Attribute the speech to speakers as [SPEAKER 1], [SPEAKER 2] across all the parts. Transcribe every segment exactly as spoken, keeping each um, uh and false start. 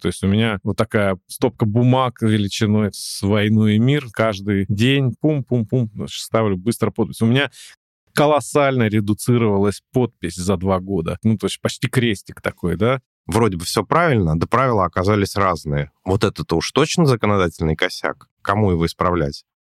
[SPEAKER 1] То есть у меня вот такая стопка бумаг величиной с «Войну и мир». Каждый день пум-пум-пум ставлю быстро подпись. У меня колоссально редуцировалась подпись за два года. Ну, то есть почти крестик такой, да?
[SPEAKER 2] Вроде бы все правильно, да правила оказались разные. Вот это-то уж точно законодательный косяк. Кому его исправлять?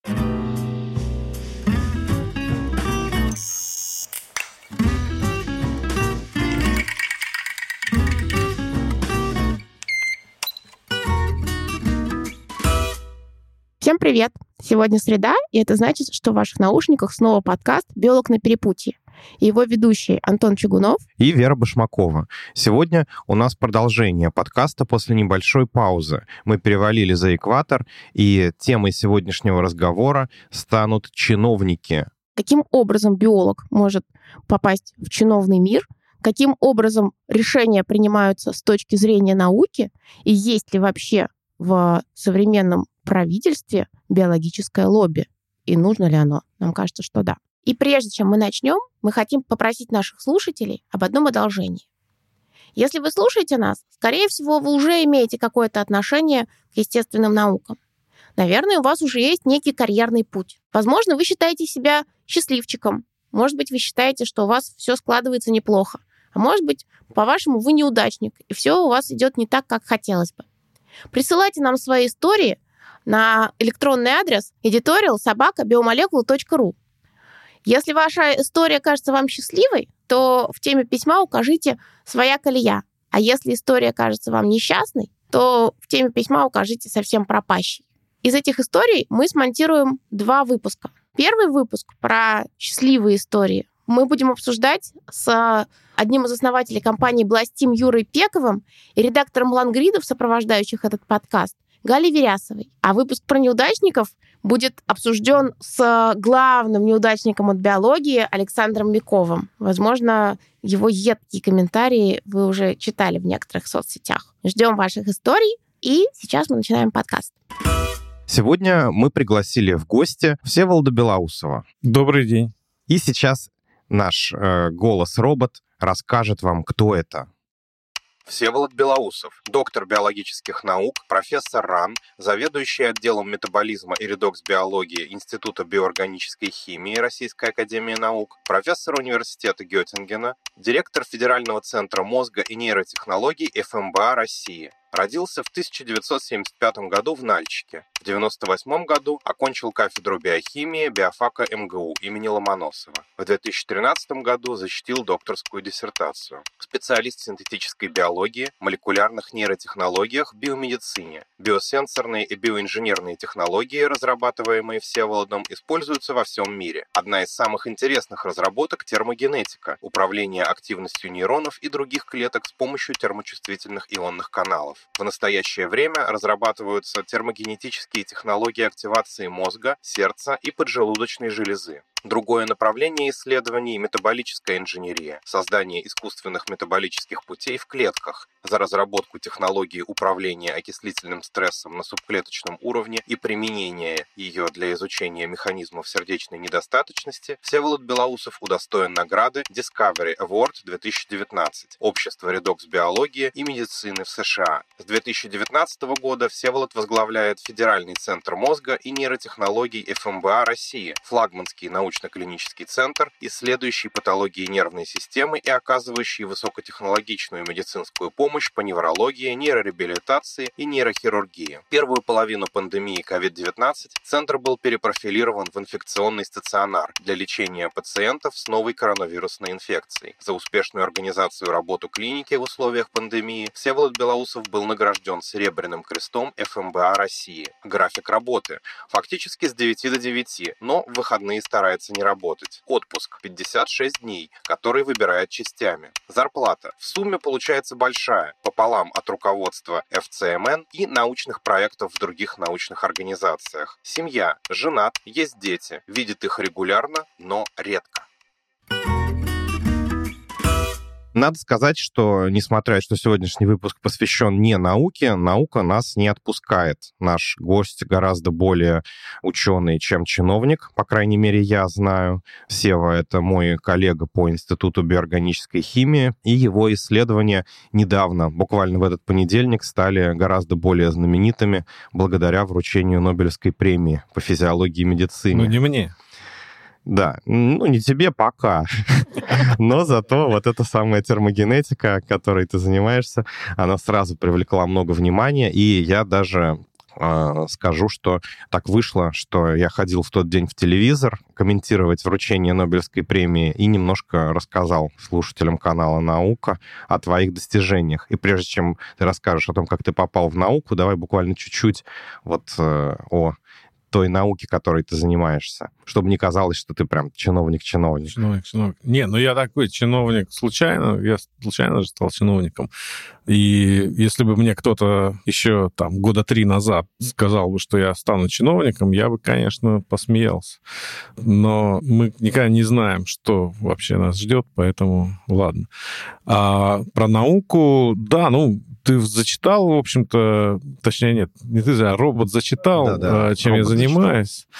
[SPEAKER 3] Всем привет! Сегодня среда, и это значит, что в ваших наушниках снова подкаст «Биолог на перепутье». И его ведущие Антон Чугунов
[SPEAKER 2] и Вера Башмакова. Сегодня у нас продолжение подкаста после небольшой паузы. Мы перевалили за экватор, и темой сегодняшнего разговора станут чиновники.
[SPEAKER 3] Каким образом биолог может попасть в чиновный мир? Каким образом решения принимаются с точки зрения науки? И есть ли вообще в современном правительстве биологическое лобби? И нужно ли оно? Нам кажется, что да. И прежде чем мы начнем, мы хотим попросить наших слушателей об одном одолжении. Если вы слушаете нас, скорее всего, вы уже имеете какое-то отношение к естественным наукам. Наверное, у вас уже есть некий карьерный путь. Возможно, вы считаете себя счастливчиком. Может быть, вы считаете, что у вас все складывается неплохо. А может быть, по-вашему, вы неудачник, и все у вас идет не так, как хотелось бы. Присылайте нам свои истории на электронный адрес editorial собака биомолекулы точка ру. Если ваша история кажется вам счастливой, то в теме письма укажите «своя колея». А если история кажется вам несчастной, то в теме письма укажите «совсем пропащей». Из этих историй мы смонтируем два выпуска. Первый выпуск про счастливые истории мы будем обсуждать с одним из основателей компании Бластим Юрой Пековым и редактором лангридов, сопровождающих этот подкаст, Галей Верясовой. А выпуск про неудачников будет обсужден с главным неудачником от биологии Александром Миковым. Возможно, его едкие комментарии вы уже читали в некоторых соцсетях. Ждем ваших историй, и сейчас мы начинаем подкаст.
[SPEAKER 2] Сегодня мы пригласили в гости Всеволода Белоусова.
[SPEAKER 1] Добрый день.
[SPEAKER 2] И сейчас наш э, голос-робот расскажет вам, кто это. Всеволод Белоусов, доктор биологических наук, профессор РАН, заведующий отделом метаболизма и редокс-биологии Института биоорганической химии Российской академии наук, профессор университета Геттингена, директор Федерального центра мозга и нейротехнологий эф эм бэ а России. Родился в тысяча девятьсот семьдесят пятом году в Нальчике. В девяносто восьмом году окончил кафедру биохимии биофака эм гэ у имени Ломоносова. В две тысячи тринадцатом году защитил докторскую диссертацию. Специалист синтетической биологии, молекулярных нейротехнологиях, биомедицине. Биосенсорные и биоинженерные технологии, разрабатываемые Всеволодом, используются во всем мире. Одна из самых интересных разработок – термогенетика, управление активностью нейронов и других клеток с помощью термочувствительных ионных каналов. В настоящее время разрабатываются термогенетические технологии активации мозга, сердца и поджелудочной железы. Другое направление исследований – метаболическая инженерия, создание искусственных метаболических путей в клетках. За разработку технологии управления окислительным стрессом на субклеточном уровне и применение ее для изучения механизмов сердечной недостаточности Всеволод Белоусов удостоен награды Discovery Award две тысячи девятнадцать Общество редокс-биологии и медицины в США. С две тысячи девятнадцатого года Всеволод возглавляет Федеральный центр мозга и нейротехнологий эф эм бэ а России, флагманский научно-клинический центр, исследующий патологии нервной системы и оказывающий высокотехнологичную медицинскую помощь по неврологии, нейрореабилитации и нейрохирургии. Первую половину пандемии ковид девятнадцать центр был перепрофилирован в инфекционный стационар для лечения пациентов с новой коронавирусной инфекцией. За успешную организацию работы клиники в условиях пандемии Всеволод Белоусов был награжден Серебряным крестом эф эм бэ а России. График работы. Фактически с девяти до девяти, но в выходные старается не работать. Отпуск пятьдесят шесть дней, который выбирает частями. Зарплата. В сумме получается большая, пополам от руководства эф цэ эм эн и научных проектов в других научных организациях. Семья. Женат, есть дети. Видит их регулярно, но редко. Надо сказать, что, несмотря, что сегодняшний выпуск посвящен не науке, наука нас не отпускает. Наш гость гораздо более ученый, чем чиновник, по крайней мере, я знаю. Сева — это мой коллега по Институту биоорганической химии, и его исследования недавно, буквально в этот понедельник, стали гораздо более знаменитыми благодаря вручению Нобелевской премии по физиологии и медицине.
[SPEAKER 1] Ну, не мне.
[SPEAKER 2] Да, ну не тебе пока, но зато вот эта самая термогенетика, которой ты занимаешься, она сразу привлекла много внимания, и я даже э, скажу, что так вышло, что я ходил в тот день в телевизор комментировать вручение Нобелевской премии и немножко рассказал слушателям канала «Наука» о твоих достижениях. И прежде чем ты расскажешь о том, как ты попал в науку, давай буквально чуть-чуть вот э, о той науки, которой ты занимаешься, чтобы не казалось, что ты прям чиновник-чиновник.
[SPEAKER 1] Чиновник, чиновник. Не, ну я такой чиновник случайно, я случайно же стал чиновником. И если бы мне кто-то еще там года три назад сказал бы, что я стану чиновником, я бы, конечно, посмеялся. Но мы никогда не знаем, что вообще нас ждет, поэтому ладно. А про науку, да, ну, ты зачитал, в общем-то, точнее, нет, не ты, а робот зачитал,
[SPEAKER 2] Да-да,
[SPEAKER 1] чем
[SPEAKER 2] робот
[SPEAKER 1] я занимаюсь. Зачитал.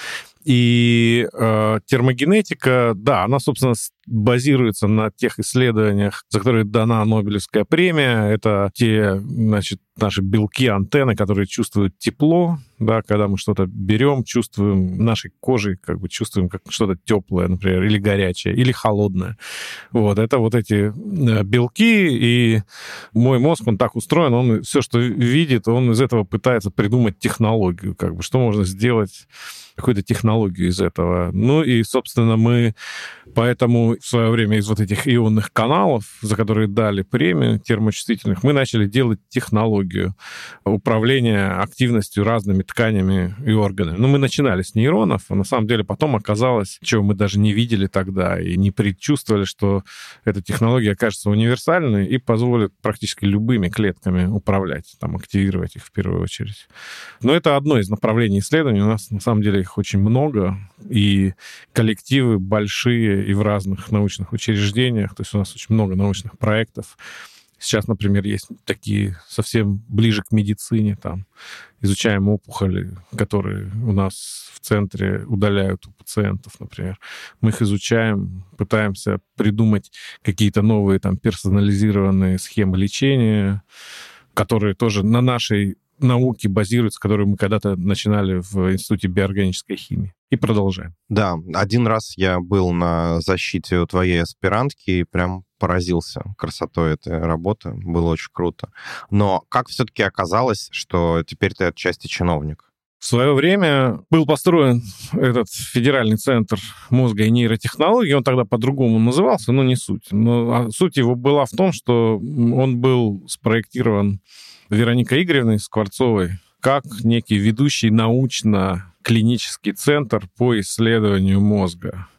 [SPEAKER 1] И э, термогенетика, да, она, собственно, базируется на тех исследованиях, за которые дана Нобелевская премия. Это те, значит, наши белки, антенны, которые чувствуют тепло, да, когда мы что-то берем, чувствуем нашей кожей, как бы чувствуем как что-то теплое, например, или горячее, или холодное. Вот, это вот эти белки, и мой мозг, он так устроен, он все, что видит, он из этого пытается придумать технологию, как бы, что можно сделать, какую-то технологию из этого. Ну и, собственно, мы поэтому в свое время из вот этих ионных каналов, за которые дали премию термочувствительных, мы начали делать технологию управления активностью разными тканями и органами. Ну, мы начинали с нейронов, а на самом деле потом оказалось, чего мы даже не видели тогда и не предчувствовали, что эта технология окажется универсальной и позволит практически любыми клетками управлять, там, активировать их в первую очередь. Но это одно из направлений исследований. У нас, на самом деле, их очень много, и коллективы большие и в разных научных учреждениях. То есть у нас очень много научных проектов. Сейчас, например, есть такие совсем ближе к медицине, там, изучаем опухоли, которые у нас в центре удаляют у пациентов, например. Мы их изучаем, пытаемся придумать какие-то новые там персонализированные схемы лечения, которые тоже на нашей науки базируются, которые мы когда-то начинали в Институте биоорганической химии. И продолжаем.
[SPEAKER 2] Да, один раз я был на защите у твоей аспирантки и прям поразился красотой этой работы. Было очень круто. Но как все-таки оказалось, что теперь ты отчасти чиновник?
[SPEAKER 1] В свое время был построен этот федеральный центр мозга и нейротехнологий. Он тогда по-другому назывался, но не суть. Но суть его была в том, что он был спроектирован Вероникой Игоревной Скворцовой как некий ведущий научно-клинический центр по исследованию мозга.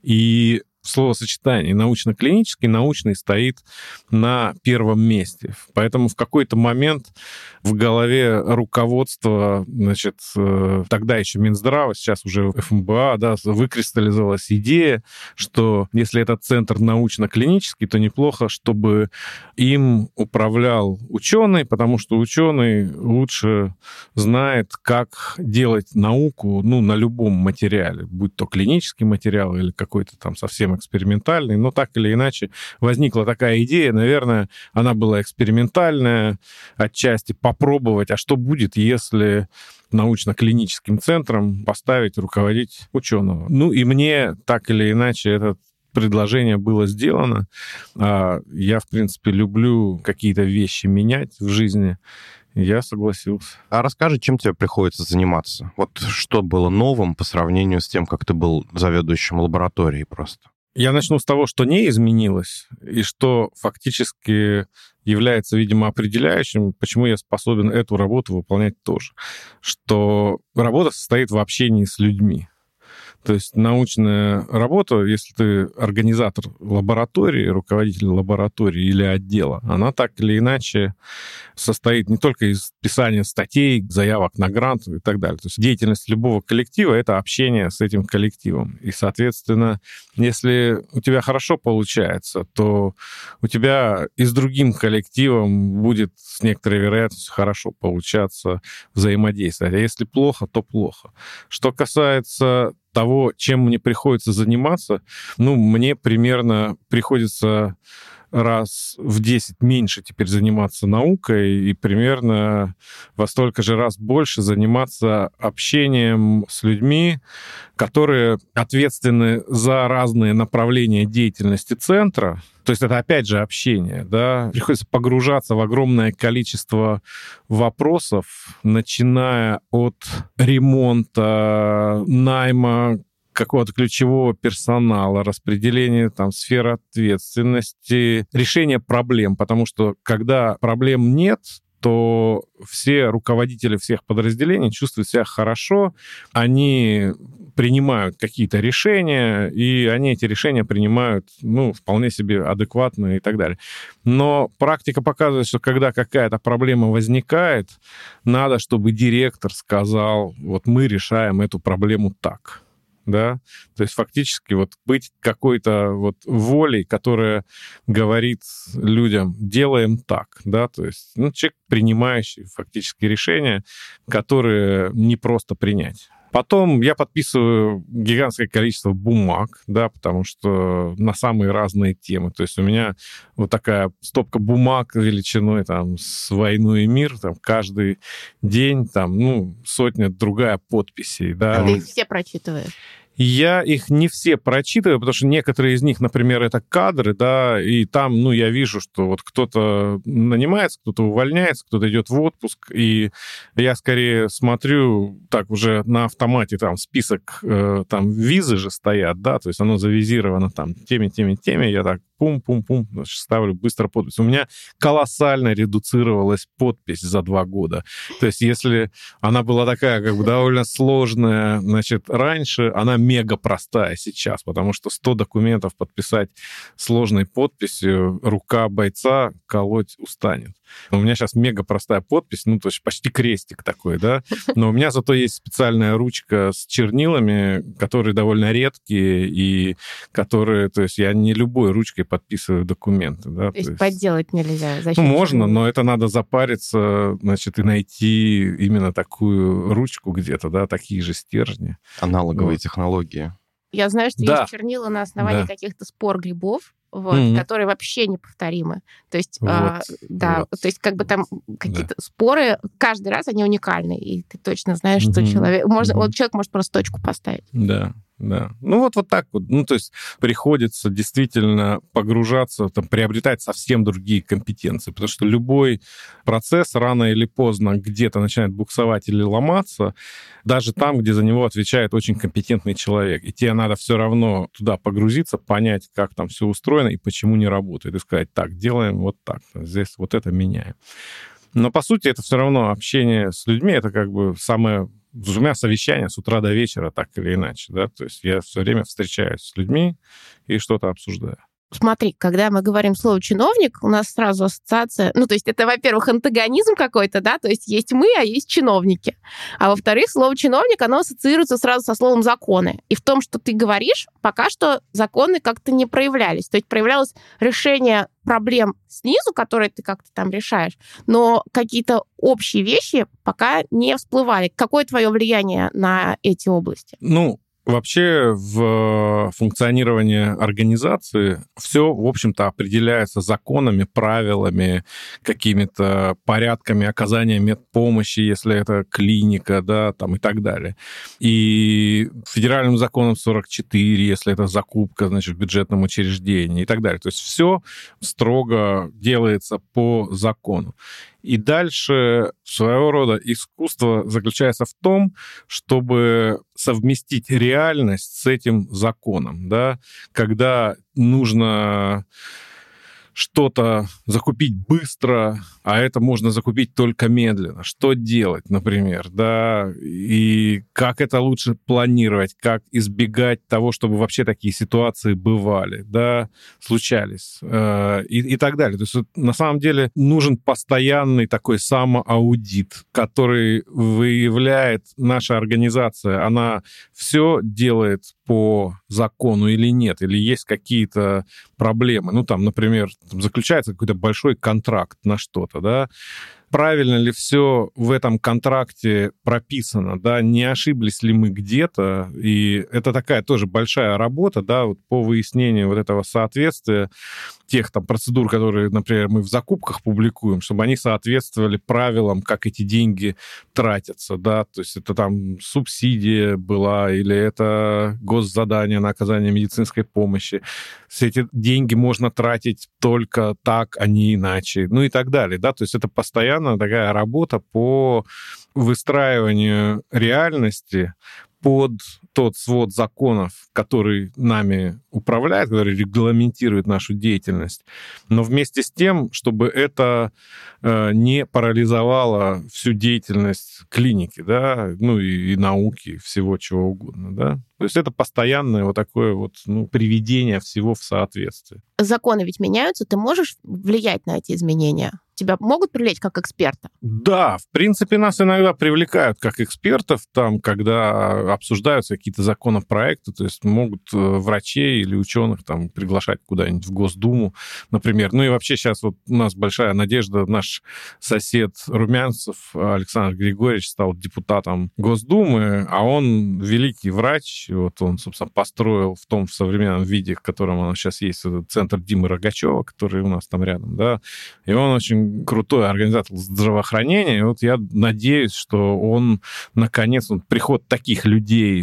[SPEAKER 1] И словосочетание научно-клинический, научный стоит на первом месте. Поэтому в какой-то момент в голове руководства, значит, тогда еще Минздрава, сейчас уже эф эм бэ а, да, выкристаллизовалась идея, что если этот центр научно-клинический, то неплохо, чтобы им управлял ученый, потому что ученый лучше знает, как делать науку, ну, на любом материале, будь то клинический материал или какой-то там совсем экспериментальный, но так или иначе возникла такая идея, наверное, она была экспериментальная, отчасти попробовать, а что будет, если научно-клиническим центром поставить руководить ученого. Ну и мне так или иначе это предложение было сделано. Я, в принципе, люблю какие-то вещи менять в жизни. Я согласился.
[SPEAKER 2] А расскажи, чем тебе приходится заниматься? Вот что было новым по сравнению с тем, как ты был заведующим лабораторией просто?
[SPEAKER 1] Я начну с того, что не изменилось, и что фактически является, видимо, определяющим, почему я способен эту работу выполнять тоже. Что работа состоит в общении с людьми. То есть научная работа, если ты организатор лаборатории, руководитель лаборатории или отдела, она так или иначе состоит не только из писания статей, заявок на грант и так далее. То есть деятельность любого коллектива — это общение с этим коллективом. И, соответственно, если у тебя хорошо получается, то у тебя и с другим коллективом будет с некоторой вероятностью хорошо получаться взаимодействовать. А если плохо, то плохо. Что касается того, чем мне приходится заниматься, ну, мне примерно приходится раз в десять меньше теперь заниматься наукой и примерно во столько же раз больше заниматься общением с людьми, которые ответственны за разные направления деятельности центра. То есть это, опять же, общение, да. Приходится погружаться в огромное количество вопросов, начиная от ремонта, найма какого-то ключевого персонала, распределения там сфер ответственности, решения проблем, потому что когда проблем нет, то все руководители всех подразделений чувствуют себя хорошо, они принимают какие-то решения, и они эти решения принимают, ну, вполне себе адекватно и так далее. Но практика показывает, что когда какая-то проблема возникает, надо, чтобы директор сказал, вот мы решаем эту проблему так. Да, то есть фактически вот быть какой-то вот волей, которая говорит людям, делаем так, да, то есть ну, человек, принимающий фактически решения, которые не просто принять. Потом я подписываю гигантское количество бумаг, да, потому что на самые разные темы. То есть у меня вот такая стопка бумаг величиной там с «Войну и мир», там каждый день там, ну, сотня другая подписей, да.
[SPEAKER 3] А ты их все прочитываешь?
[SPEAKER 1] Я их не все прочитываю, потому что некоторые из них, например, это кадры, да, и там, ну, я вижу, что вот кто-то нанимается, кто-то увольняется, кто-то идет в отпуск, и я скорее смотрю так уже на автомате, там список, э, там визы же стоят, да, то есть оно завизировано там теми, теми, теми, я так пум-пум-пум, ставлю быстро подпись. У меня колоссально редуцировалась подпись за два года. То есть если она была такая как бы довольно сложная, значит, раньше, она мега простая сейчас, потому что сто документов подписать сложной подписью, рука бойца колоть устанет. У меня сейчас мега простая подпись, ну, то есть почти крестик такой, да, но у меня зато есть специальная ручка с чернилами, которые довольно редкие и которые, то есть я не любой ручкой подписываю документы, да.
[SPEAKER 3] То, то есть, есть
[SPEAKER 1] подделать
[SPEAKER 3] нельзя?
[SPEAKER 1] Ну, можно, чернил? Но это надо запариться, значит, и найти именно такую ручку где-то, да, такие же стержни.
[SPEAKER 2] Аналоговые вот. Технологии.
[SPEAKER 3] Я знаю, что
[SPEAKER 1] да.
[SPEAKER 3] есть чернила на основании да. каких-то спор грибов, вот, mm-hmm. которые вообще неповторимы. То есть, вот, а, да, вот. То есть как бы там какие-то да. споры, каждый раз они уникальны, и ты точно знаешь, mm-hmm. что человек... Можно, mm-hmm. вот человек может просто точку поставить.
[SPEAKER 1] Да. Да. Ну, вот, вот так вот. Ну, то есть приходится действительно погружаться, там, приобретать совсем другие компетенции, потому что любой процесс рано или поздно где-то начинает буксовать или ломаться, даже там, где за него отвечает очень компетентный человек. И тебе надо все равно туда погрузиться, понять, как там все устроено и почему не работает, и сказать, так, делаем вот так, здесь вот это меняем. Но, по сути, это все равно общение с людьми, это как бы самое... У меня совещание с утра до вечера, так или иначе, да, то есть я все время встречаюсь с людьми и что-то обсуждаю.
[SPEAKER 3] Смотри, когда мы говорим слово «чиновник», у нас сразу ассоциация... Ну, то есть это, во-первых, антагонизм какой-то, да, то есть есть мы, а есть чиновники. А во-вторых, слово «чиновник», оно ассоциируется сразу со словом «законы». И в том, что ты говоришь, пока что законы как-то не проявлялись. То есть проявлялось решение проблем снизу, которые ты как-то там решаешь, но какие-то общие вещи пока не всплывали. Какое твое влияние на эти области?
[SPEAKER 1] Ну, вообще в функционировании организации все, в общем-то, определяется законами, правилами, какими-то порядками оказания медпомощи, если это клиника, да, там и так далее. И федеральным законом сорок четыре, если это закупка, значит, в бюджетном учреждении и так далее. То есть все строго делается по закону. И дальше своего рода искусство заключается в том, чтобы совместить реальность с этим законом, да, когда нужно что-то закупить быстро, а это можно закупить только медленно. Что делать, например, да, и как это лучше планировать, как избегать того, чтобы вообще такие ситуации бывали, да, случались, э, и, и так далее. То есть вот, на самом деле нужен постоянный такой самоаудит, который выявляет наша организация, она все делает по закону или нет, или есть какие-то проблемы. Ну, там, например, там заключается какой-то большой контракт на что-то, да, правильно ли все в этом контракте прописано, да, не ошиблись ли мы где-то, и это такая тоже большая работа, да, вот по выяснению вот этого соответствия тех там процедур, которые, например, мы в закупках публикуем, чтобы они соответствовали правилам, как эти деньги тратятся, да, то есть это там субсидия была, или это госзадание на оказание медицинской помощи, все эти деньги можно тратить только так, а не иначе, ну и так далее, да, то есть это постоянно такая работа по выстраиванию реальности под тот свод законов, который нами управляет, который регламентирует нашу деятельность, но вместе с тем, чтобы это э, не парализовало всю деятельность клиники, да, ну и, и науки, всего чего угодно, да. То есть это постоянное вот такое вот, ну, приведение всего в соответствие.
[SPEAKER 3] Законы ведь меняются, ты можешь влиять на эти изменения? Тебя могут привлечь как эксперта?
[SPEAKER 1] Да, в принципе, нас иногда привлекают как экспертов, там, когда обсуждаются какие-то законопроекты, то есть могут врачей или ученых там приглашать куда-нибудь в Госдуму, например. Ну и вообще сейчас вот у нас большая надежда, наш сосед Румянцев Александр Григорьевич стал депутатом Госдумы, а он великий врач, вот он, собственно, построил в том в современном виде, в котором он сейчас есть, этот центр Димы Рогачева, который у нас там рядом, да, и он очень крутой организатор здравоохранения. И вот я надеюсь, что он, наконец, вот, приход таких людей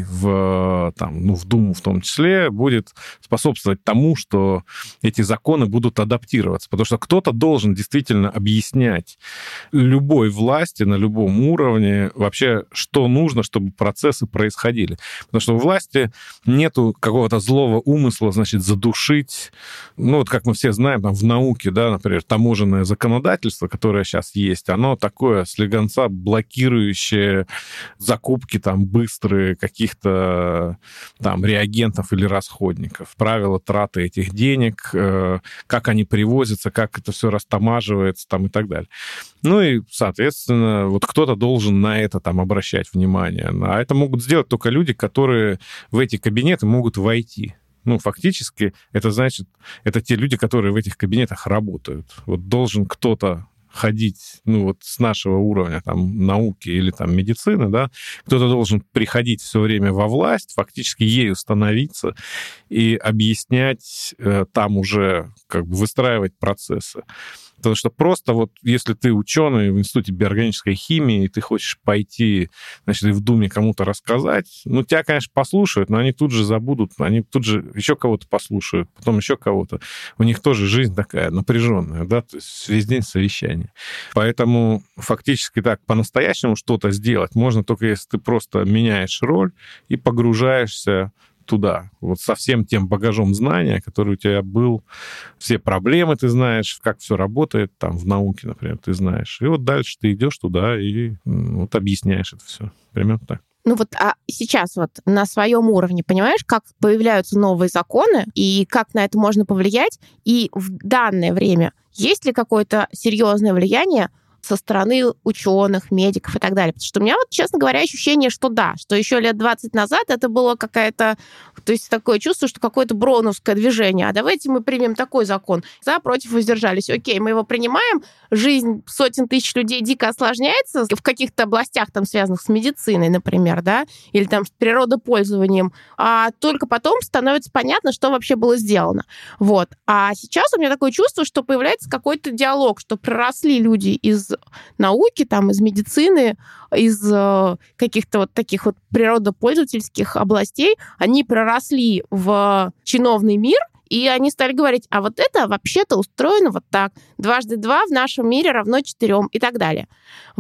[SPEAKER 1] в, там, ну, в Думу в том числе будет способствовать тому, что эти законы будут адаптироваться. Потому что кто-то должен действительно объяснять любой власти на любом уровне вообще, что нужно, чтобы процессы происходили. Потому что у власти нету какого-то злого умысла, значит, задушить. Ну, вот как мы все знаем, там, в науке, да, например, таможенное законодательство, которое сейчас есть, оно такое слегонца блокирующее закупки там быстрые каких-то там реагентов или расходников, правила траты этих денег, э, как они привозятся, как это все растамаживается там и так далее. Ну и, соответственно, вот кто-то должен на это там обращать внимание. А это могут сделать только люди, которые в эти кабинеты могут войти. Ну, фактически, это значит, это те люди, которые в этих кабинетах работают. Вот должен кто-то ходить, ну, вот с нашего уровня, там, науки или там медицины, да, кто-то должен приходить все время во власть, фактически ею становиться и объяснять э, там уже, как бы выстраивать процессы. Потому что просто вот если ты ученый в Институте биорганической химии, и ты хочешь пойти, значит, и в Думе кому-то рассказать, ну, тебя, конечно, послушают, но они тут же забудут, они тут же еще кого-то послушают, потом еще кого-то. У них тоже жизнь такая напряженная, да, то есть весь день совещания. Поэтому фактически так по-настоящему что-то сделать можно только если ты просто меняешь роль и погружаешься туда, вот со всем тем багажом знания, который у тебя был, все проблемы ты знаешь, как все работает, там, в науке, например, ты знаешь. И вот дальше ты идешь туда и вот объясняешь это все. Примерно так.
[SPEAKER 3] Ну вот, а сейчас вот на своем уровне, понимаешь, как появляются новые законы и как на это можно повлиять? И в данное время есть ли какое-то серьезное влияние со стороны ученых, медиков и так далее. Потому что у меня вот, честно говоря, ощущение, что да, что еще лет двадцать назад это было какая-то, то есть такое чувство, что какое-то броуновское движение. А давайте мы примем такой закон. За, против, воздержались. Окей, мы его принимаем, жизнь сотен тысяч людей дико осложняется в каких-то областях, там, связанных с медициной, например, да, или там с природопользованием, а только потом становится понятно, что вообще было сделано. Вот. А сейчас у меня такое чувство, что появляется какой-то диалог, что проросли люди из науки, там, из медицины, из э, каких-то вот таких вот природопользовательских областей, они проросли в чиновный мир, и они стали говорить, а вот это вообще-то устроено вот так. Дважды два в нашем мире равно четырем и так далее. Вот.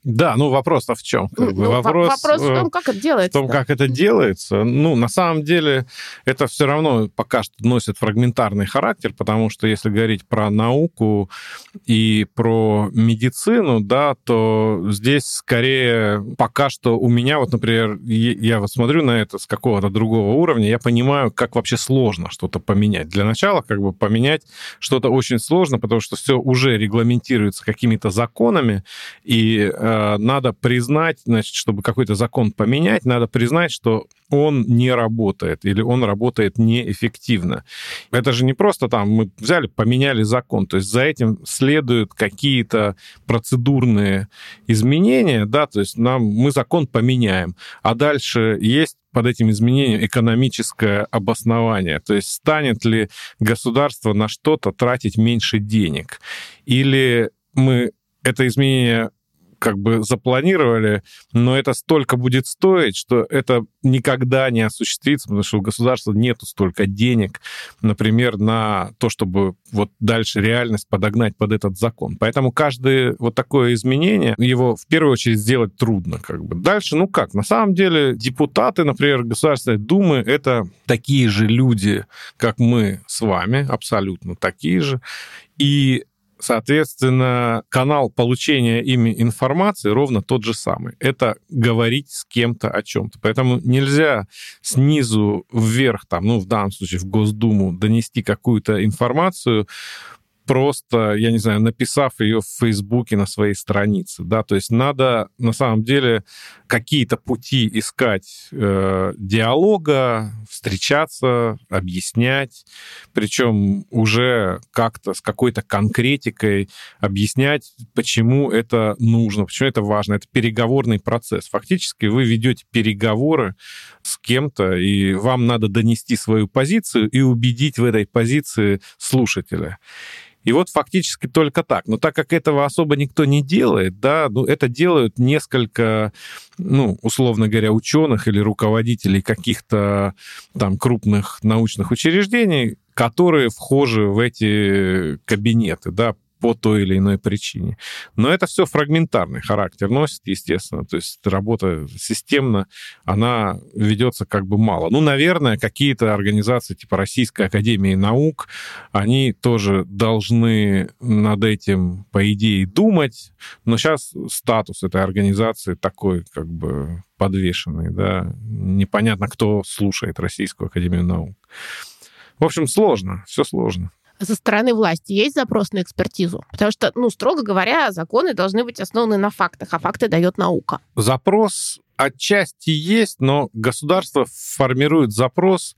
[SPEAKER 1] Да, ну вопрос-то в чем? Как бы,
[SPEAKER 3] Ну,
[SPEAKER 1] вопрос,
[SPEAKER 3] вопрос в том, как это делается.
[SPEAKER 1] В том, как это делается. Ну, на самом деле, это все равно пока что носит фрагментарный характер, потому что если говорить про науку и про медицину, да, то здесь скорее пока что у меня, вот, например, я вот смотрю на это с какого-то другого уровня, я понимаю, как вообще сложно что-то поменять. Для начала, как бы, поменять что-то очень сложно, потому что все уже регламентируется какими-то законами, и надо признать, значит, чтобы какой-то закон поменять, надо признать, что он не работает или он работает неэффективно. Это же не просто там мы взяли, поменяли закон. То есть за этим следуют какие-то процедурные изменения, да, то есть нам, мы закон поменяем, а дальше есть под этим изменением экономическое обоснование. То есть станет ли государство на что-то тратить меньше денег? Или мы это изменение как бы запланировали, но это столько будет стоить, что это никогда не осуществится, потому что у государства нету столько денег, например, на то, чтобы вот дальше реальность подогнать под этот закон. Поэтому каждое вот такое изменение, его в первую очередь сделать трудно. Как бы. Дальше, ну как, на самом деле депутаты, например, Государственной Думы, это такие же люди, как мы с вами, абсолютно такие же. И соответственно, канал получения ими информации ровно тот же самый. Это говорить с кем-то о чем-то. Поэтому нельзя снизу вверх, там, ну, в данном случае в Госдуму, донести какую-то информацию, просто, я не знаю, написав ее в Фейсбуке на своей странице, да, то есть надо на самом деле какие-то пути искать э, диалога, встречаться, объяснять, причем уже как-то с какой-то конкретикой объяснять, почему это нужно, почему это важно. Это переговорный процесс. Фактически вы ведете переговоры с кем-то, и вам надо донести свою позицию и убедить в этой позиции слушателя. И вот фактически только так. Но так как этого особо никто не делает, да, ну, это делают несколько, ну, условно говоря, ученых или руководителей каких-то там крупных научных учреждений, которые вхожи в эти кабинеты, да, по той или иной причине. Но это все фрагментарный характер носит, естественно. То есть работа системно, она ведется как бы мало. Ну, наверное, какие-то организации типа Российской Академии Наук, они тоже должны над этим, по идее, думать. Но сейчас статус этой организации такой как бы подвешенный, да. Непонятно, кто слушает Российскую Академию Наук. В общем, сложно, все сложно.
[SPEAKER 3] Со стороны власти есть запрос на экспертизу? Потому что, ну, строго говоря, законы должны быть основаны на фактах, а факты дает наука.
[SPEAKER 1] Запрос отчасти есть, но государство формирует запрос,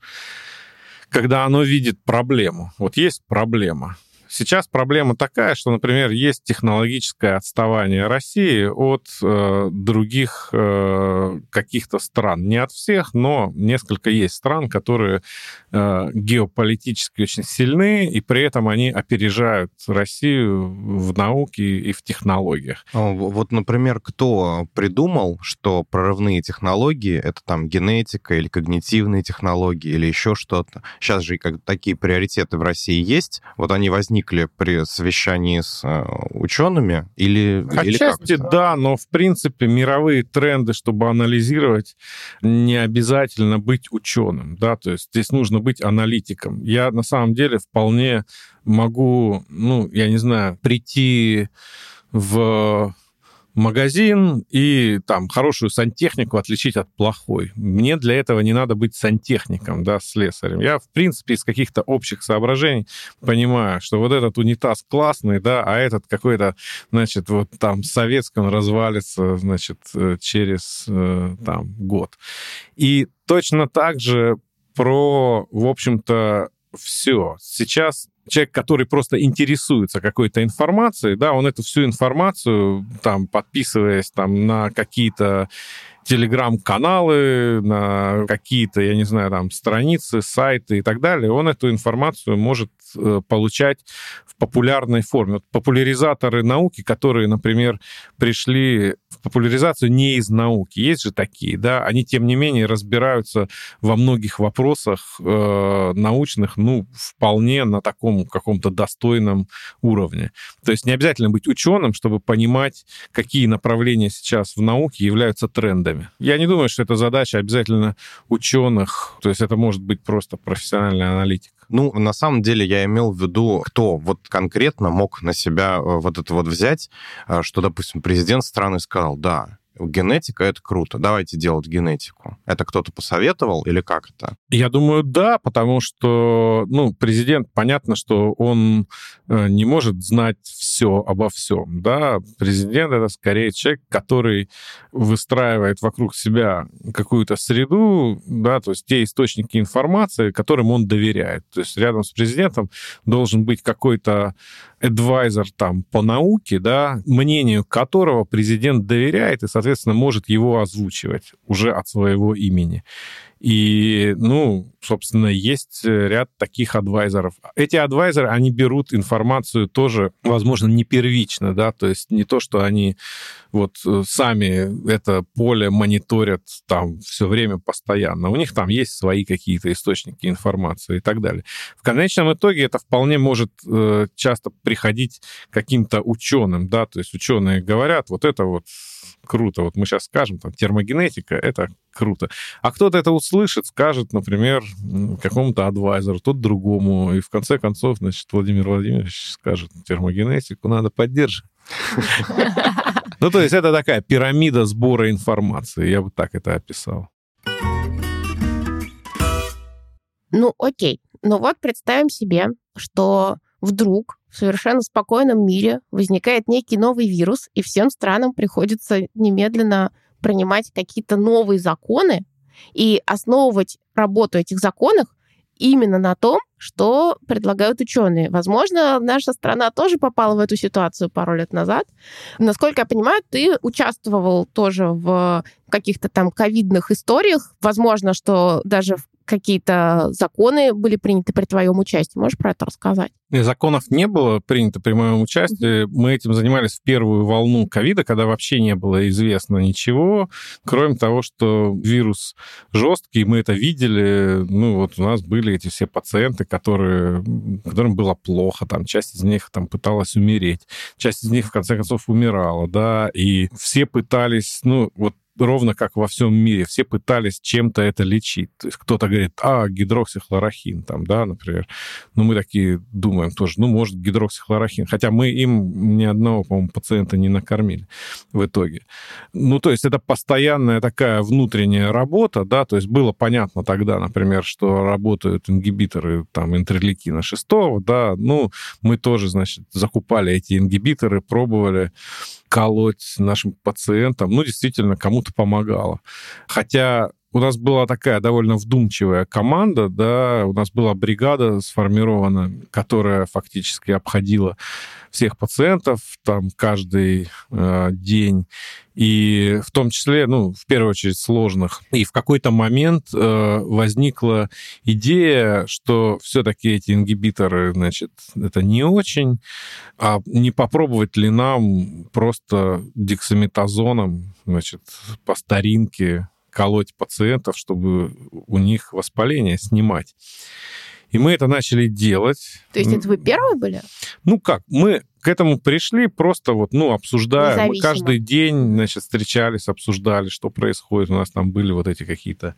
[SPEAKER 1] когда оно видит проблему. Вот есть проблема. Сейчас проблема такая, что, например, есть технологическое отставание России от э, других э, каких-то стран. Не от всех, но несколько есть стран, которые э, геополитически очень сильны, и при этом они опережают Россию в науке и в технологиях.
[SPEAKER 2] Вот, например, кто придумал, что прорывные технологии — это там генетика или когнитивные технологии или еще что-то? Сейчас же как такие приоритеты в России есть. Вот они возникли при совещании с учеными или, или как?
[SPEAKER 1] Отчасти да, но в принципе мировые тренды, чтобы анализировать, не обязательно быть ученым, да, то есть здесь нужно быть аналитиком. Я на самом деле вполне могу, ну, я не знаю, прийти в магазин и там хорошую сантехнику отличить от плохой. Мне для этого не надо быть сантехником, да, слесарем. Я, в принципе, из каких-то общих соображений понимаю, что вот этот унитаз классный, да, а этот какой-то, значит, вот там советский, он развалится, значит, через там год. И точно так же про, в общем-то, все. Сейчас человек, который просто интересуется какой-то информацией, да, он эту всю информацию, там, подписываясь там, на какие-то телеграм-каналы, на какие-то, я не знаю, там, страницы, сайты и так далее, он эту информацию может э, получать в популярной форме. Вот популяризаторы науки, которые, например, пришли в популяризацию не из науки, есть же такие, да, они, тем не менее, разбираются во многих вопросах э, научных, ну, вполне на таком каком-то достойном уровне. То есть не обязательно быть ученым, чтобы понимать, какие направления сейчас в науке являются трендами. Я не думаю, что это задача обязательно ученых, то есть это может быть просто профессиональный аналитик.
[SPEAKER 2] Ну, на самом деле я имел в виду, кто вот конкретно мог на себя вот это вот взять, что, допустим, президент страны сказал, да, генетика — это круто, давайте делать генетику. Это кто-то посоветовал или как это?
[SPEAKER 1] Я думаю, да, потому что, ну, президент, понятно, что он не может знать все обо всем, да. Президент — это скорее человек, который выстраивает вокруг себя какую-то среду, да, то есть те источники информации, которым он доверяет. То есть рядом с президентом должен быть какой-то адвайзер там по науке, да, мнению которого президент доверяет и, соответственно, может его озвучивать уже от своего имени. И, ну, собственно, есть ряд таких адвайзеров. Эти адвайзеры, они берут информацию тоже, возможно, не первично, да, то есть не то, что они вот сами это поле мониторят там все время постоянно. У них там есть свои какие-то источники информации и так далее. В конечном итоге это вполне может э, часто приходить каким-то ученым, да, то есть ученые говорят, вот это вот круто, вот мы сейчас скажем, там, термогенетика, это круто. А кто-то это услышит, скажет, например, какому-то адвайзеру, тот другому, и в конце концов, значит, Владимир Владимирович скажет, термогенетику надо поддерживать. Ну, то есть это такая пирамида сбора информации, я бы так это описал.
[SPEAKER 3] Ну, окей. Ну вот представим себе, что вдруг в совершенно спокойном мире возникает некий новый вирус, и всем странам приходится немедленно принимать какие-то новые законы и основывать работу этих законов именно на том, что предлагают ученые. Возможно, наша страна тоже попала в эту ситуацию пару лет назад. Насколько я понимаю, ты участвовал тоже в каких-то там ковидных историях. Возможно, что даже какие-то законы были приняты при твоем участии. Можешь про это рассказать?
[SPEAKER 1] Законов не было принято при моем участии. Мы этим занимались в первую волну ковида, когда вообще не было известно ничего, кроме того, что вирус жесткий, мы это видели. Ну, вот у нас были эти все пациенты, которые, которым было плохо, там, часть из них там пыталась умереть, часть из них, в конце концов, умирала, да, и все пытались, ну, вот ровно как во всем мире, все пытались чем-то это лечить. То есть кто-то говорит, а, гидроксихлорохин, там, да, например. Ну, мы такие думаем тоже, ну, может, гидроксихлорохин. Хотя мы им ни одного, по-моему, пациента не накормили в итоге. Ну, то есть это постоянная такая внутренняя работа, да, то есть было понятно тогда, например, что работают ингибиторы, там, интерлейкина шестого, да, ну, мы тоже, значит, закупали эти ингибиторы, пробовали колоть нашим пациентам, ну, действительно, кому-то помогало. Хотя у нас была такая довольно вдумчивая команда, да, у нас была бригада сформирована, которая фактически обходила всех пациентов там каждый э, день, и в том числе, ну, в первую очередь, сложных. И в какой-то момент э, возникла идея, что все-таки эти ингибиторы, значит, это не очень, а не попробовать ли нам просто дексаметазоном, значит, по старинке колоть пациентов, чтобы у них воспаление снимать. И мы это начали делать. То
[SPEAKER 3] есть это вы первые были?
[SPEAKER 1] Ну как, мы к этому пришли просто вот, ну, обсуждая. Мы каждый день, значит, встречались, обсуждали, что происходит. У нас там были вот эти какие-то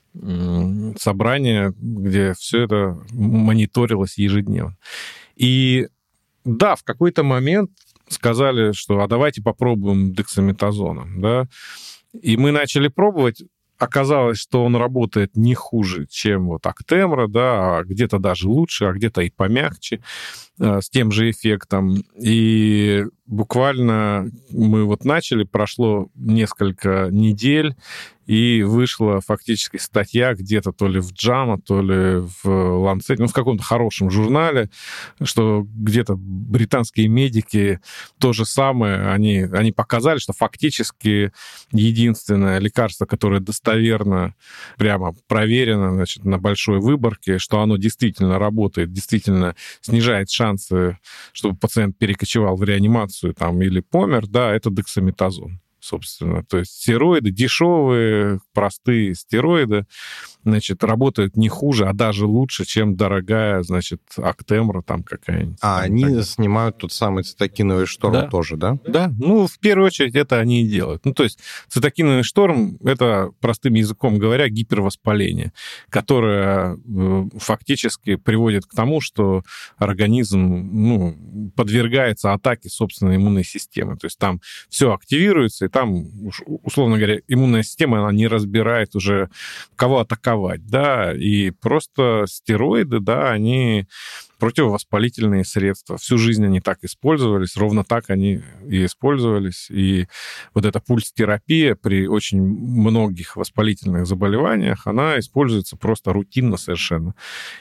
[SPEAKER 1] собрания, где все это мониторилось ежедневно. И да, в какой-то момент сказали, что а давайте попробуем дексаметазоном, да. И мы начали пробовать. Оказалось, что он работает не хуже, чем вот Актемра, да, а где-то даже лучше, а где-то и помягче. с тем же эффектом. И буквально мы вот начали, прошло несколько недель, и вышла фактически статья где-то то ли в джама, то ли в Lancet, ну, в каком-то хорошем журнале, что где-то британские медики то же самое, они, они показали, что фактически единственное лекарство, которое достоверно, прямо проверено, значит, на большой выборке, что оно действительно работает, действительно снижает шансы, чтобы пациент перекочевал в реанимацию там, или помер, да, это дексаметазон. Собственно, то есть стероиды, дешевые, простые стероиды, значит, работают не хуже, а даже лучше, чем дорогая, значит, Актемра там какая-нибудь.
[SPEAKER 2] А они тогда снимают тот самый цитокиновый шторм, да, тоже, да?
[SPEAKER 1] Да, ну, в первую очередь это они и делают. Ну, то есть цитокиновый шторм — это, простым языком говоря, гипервоспаление, которое фактически приводит к тому, что организм, ну, подвергается атаке собственной иммунной системы. То есть там все активируется, и там, условно говоря, иммунная система, она не разбирает уже, кого атаковать, да, и просто стероиды, да, они противовоспалительные средства. Всю жизнь они так использовались, ровно так они и использовались. И вот эта пульс-терапия при очень многих воспалительных заболеваниях, она используется просто рутинно совершенно.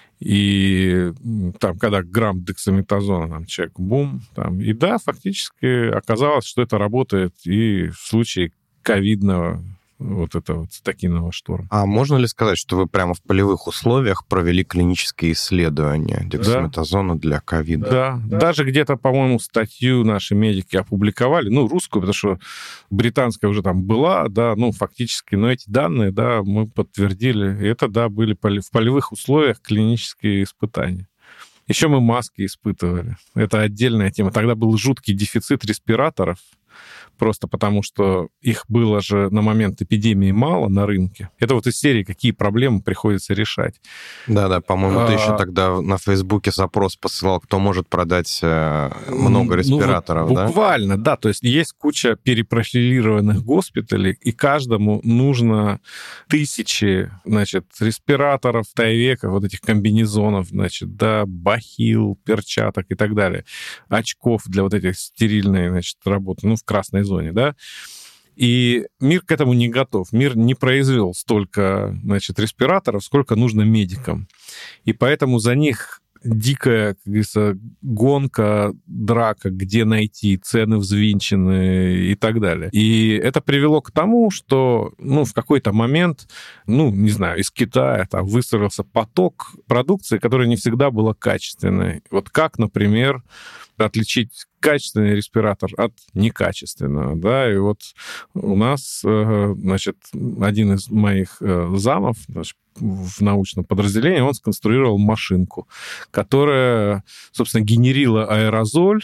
[SPEAKER 1] И там, когда грамм дексаметазона, там, человек, бум, там, и да, фактически оказалось, что это работает и в случае ковидного вот этого цитокинового шторма.
[SPEAKER 2] А можно ли сказать, что вы прямо в полевых условиях провели клинические исследования дексаметазона, да, для ковида?
[SPEAKER 1] Да. да, даже где-то, по-моему, статью наши медики опубликовали, ну, русскую, потому что британская уже там была, да, ну, фактически, но эти данные, да, мы подтвердили, и это, да, были в полевых условиях клинические испытания. Еще мы маски испытывали. Это отдельная тема. Тогда был жуткий дефицит респираторов, просто потому что их было же на момент эпидемии мало на рынке. Это вот из серии, какие проблемы приходится решать.
[SPEAKER 2] Да-да, по-моему, а... ты еще тогда на Фейсбуке запрос посылал, кто может продать много респираторов,
[SPEAKER 1] ну,
[SPEAKER 2] да?
[SPEAKER 1] Буквально, да. То есть есть куча перепрофилированных госпиталей, и каждому нужно тысячи, значит, респираторов, тайвеков, вот этих комбинезонов, значит, да, бахил, перчаток и так далее, очков для вот этих стерильной, значит, работы, ну, в красной зоне, да. И мир к этому не готов. Мир не произвел столько, значит, респираторов, сколько нужно медикам. И поэтому за них дикая, как говорится, гонка, драка, где найти, цены взвинчены и так далее. И это привело к тому, что, ну, в какой-то момент, ну, не знаю, из Китая там выстроился поток продукции, которая не всегда была качественной. Вот как, например, отличить качественный респиратор от некачественного, да, и вот у нас, значит, один из моих замов, значит, в научном подразделении, он сконструировал машинку, которая, собственно, генерила аэрозоль.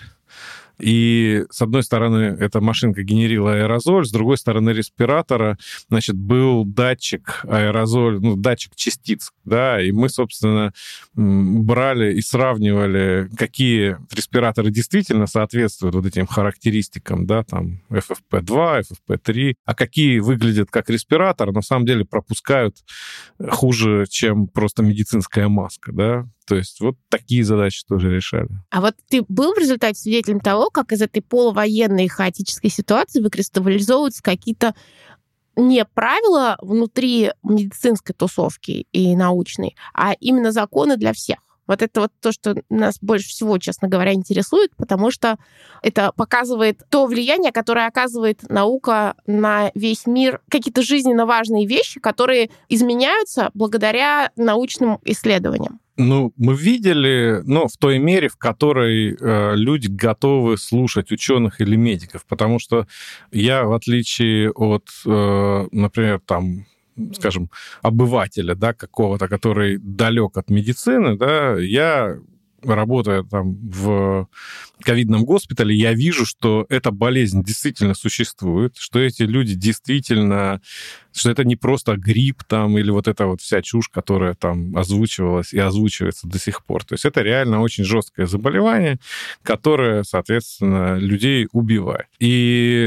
[SPEAKER 1] И, с одной стороны, эта машинка генерила аэрозоль, с другой стороны респиратора, значит, был датчик аэрозоль, ну, датчик частиц, да, и мы, собственно, брали и сравнивали, какие респираторы действительно соответствуют вот этим характеристикам, да, там, эф эф пи два, эф эф пи три, а какие выглядят как респиратор, на самом деле пропускают хуже, чем просто медицинская маска, да. То есть вот такие задачи тоже решали.
[SPEAKER 3] А вот ты был в результате свидетелем того, как из этой полувоенной хаотической ситуации выкристаллизовываются какие-то не правила внутри медицинской тусовки и научной, а именно законы для всех? Вот это вот то, что нас больше всего, честно говоря, интересует, потому что это показывает то влияние, которое оказывает наука на весь мир, какие-то жизненно важные вещи, которые изменяются благодаря научным исследованиям.
[SPEAKER 1] Ну, мы видели, но в той мере, в которой э, люди готовы слушать ученых или медиков, потому что я, в отличие от, э, например, там, скажем, обывателя, да, какого-то, который далек от медицины, да, я, работая там в ковидном госпитале, я вижу, что эта болезнь действительно существует, что эти люди действительно, что это не просто грипп там или вот эта вот вся чушь, которая там озвучивалась и озвучивается до сих пор. То есть это реально очень жесткое заболевание, которое, соответственно, людей убивает. И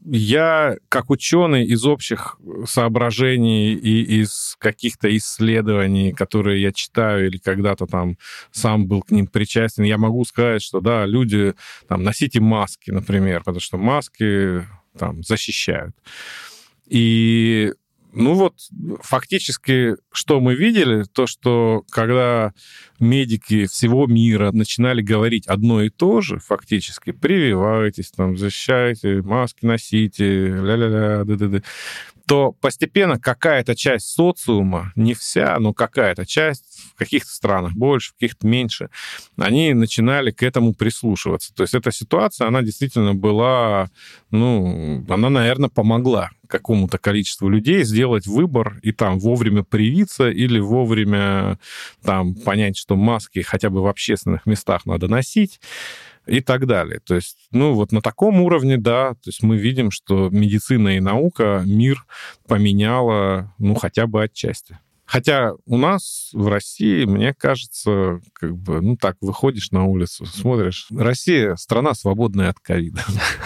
[SPEAKER 1] Я, как ученый, из общих соображений и из каких-то исследований, которые я читаю или когда-то там сам был к ним причастен, я могу сказать, что да, люди, там, носите маски, например, потому что маски там защищают. И ну вот, фактически, что мы видели, то, что когда медики всего мира начинали говорить одно и то же, фактически, прививайтесь, там, защищайте, маски носите, ля-ля-ля, да-да-да, то постепенно какая-то часть социума, не вся, но какая-то часть, в каких-то странах больше, в каких-то меньше, они начинали к этому прислушиваться. То есть эта ситуация, она действительно была, ну, она, наверное, помогла какому-то количеству людей сделать выбор и там вовремя привиться или вовремя там понять, что маски хотя бы в общественных местах надо носить, и так далее. То есть, ну, вот на таком уровне, да, то есть мы видим, что медицина и наука мир поменяла, ну, хотя бы отчасти. Хотя у нас в России, мне кажется, как бы, ну, так, выходишь на улицу, смотришь, Россия — страна, свободная от ковида.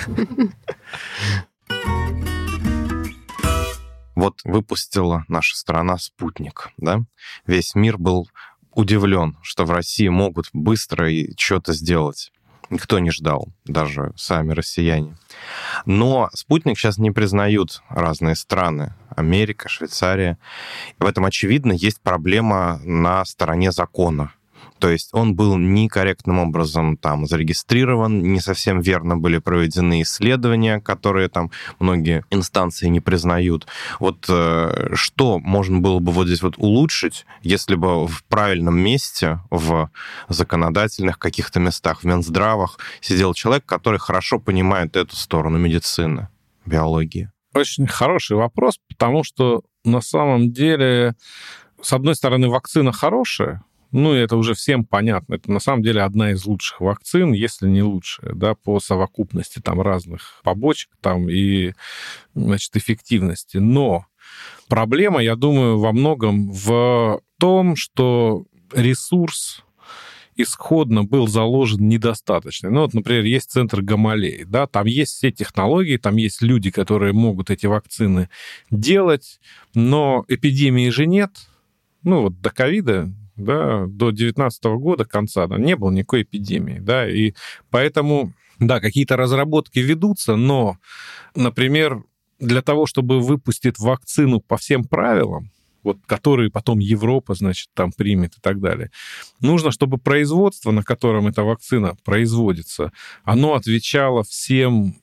[SPEAKER 2] Вот выпустила наша страна спутник, да? Весь мир был удивлен, что в России могут быстро и что-то сделать. Никто не ждал, даже сами россияне. Но спутник сейчас не признают разные страны. Америка, Швейцария. В этом, очевидно, есть проблема на стороне закона. То есть он был некорректным образом там зарегистрирован, не совсем верно были проведены исследования, которые там многие инстанции не признают. Вот э, что можно было бы вот здесь вот улучшить, если бы в правильном месте, в законодательных каких-то местах, в Минздравах сидел человек, который хорошо понимает эту сторону медицины, биологии?
[SPEAKER 1] Очень хороший вопрос, потому что на самом деле, с одной стороны, вакцина хорошая, ну, это уже всем понятно. Это на самом деле одна из лучших вакцин, если не лучшая, да, по совокупности там разных побочек там и, значит, эффективности. Но проблема, я думаю, во многом в том, что ресурс исходно был заложен недостаточно. Ну, вот, например, есть центр Гамалеи, да, там есть все технологии, там есть люди, которые могут эти вакцины делать, но эпидемии же нет. Ну, вот до ковида, да, до девятнадцатого года, конца, да, не было никакой эпидемии, да, и поэтому, да, какие-то разработки ведутся, но, например, для того, чтобы выпустить вакцину по всем правилам, вот, которые потом Европа, значит, там примет и так далее, нужно, чтобы производство, на котором эта вакцина производится, оно отвечало всем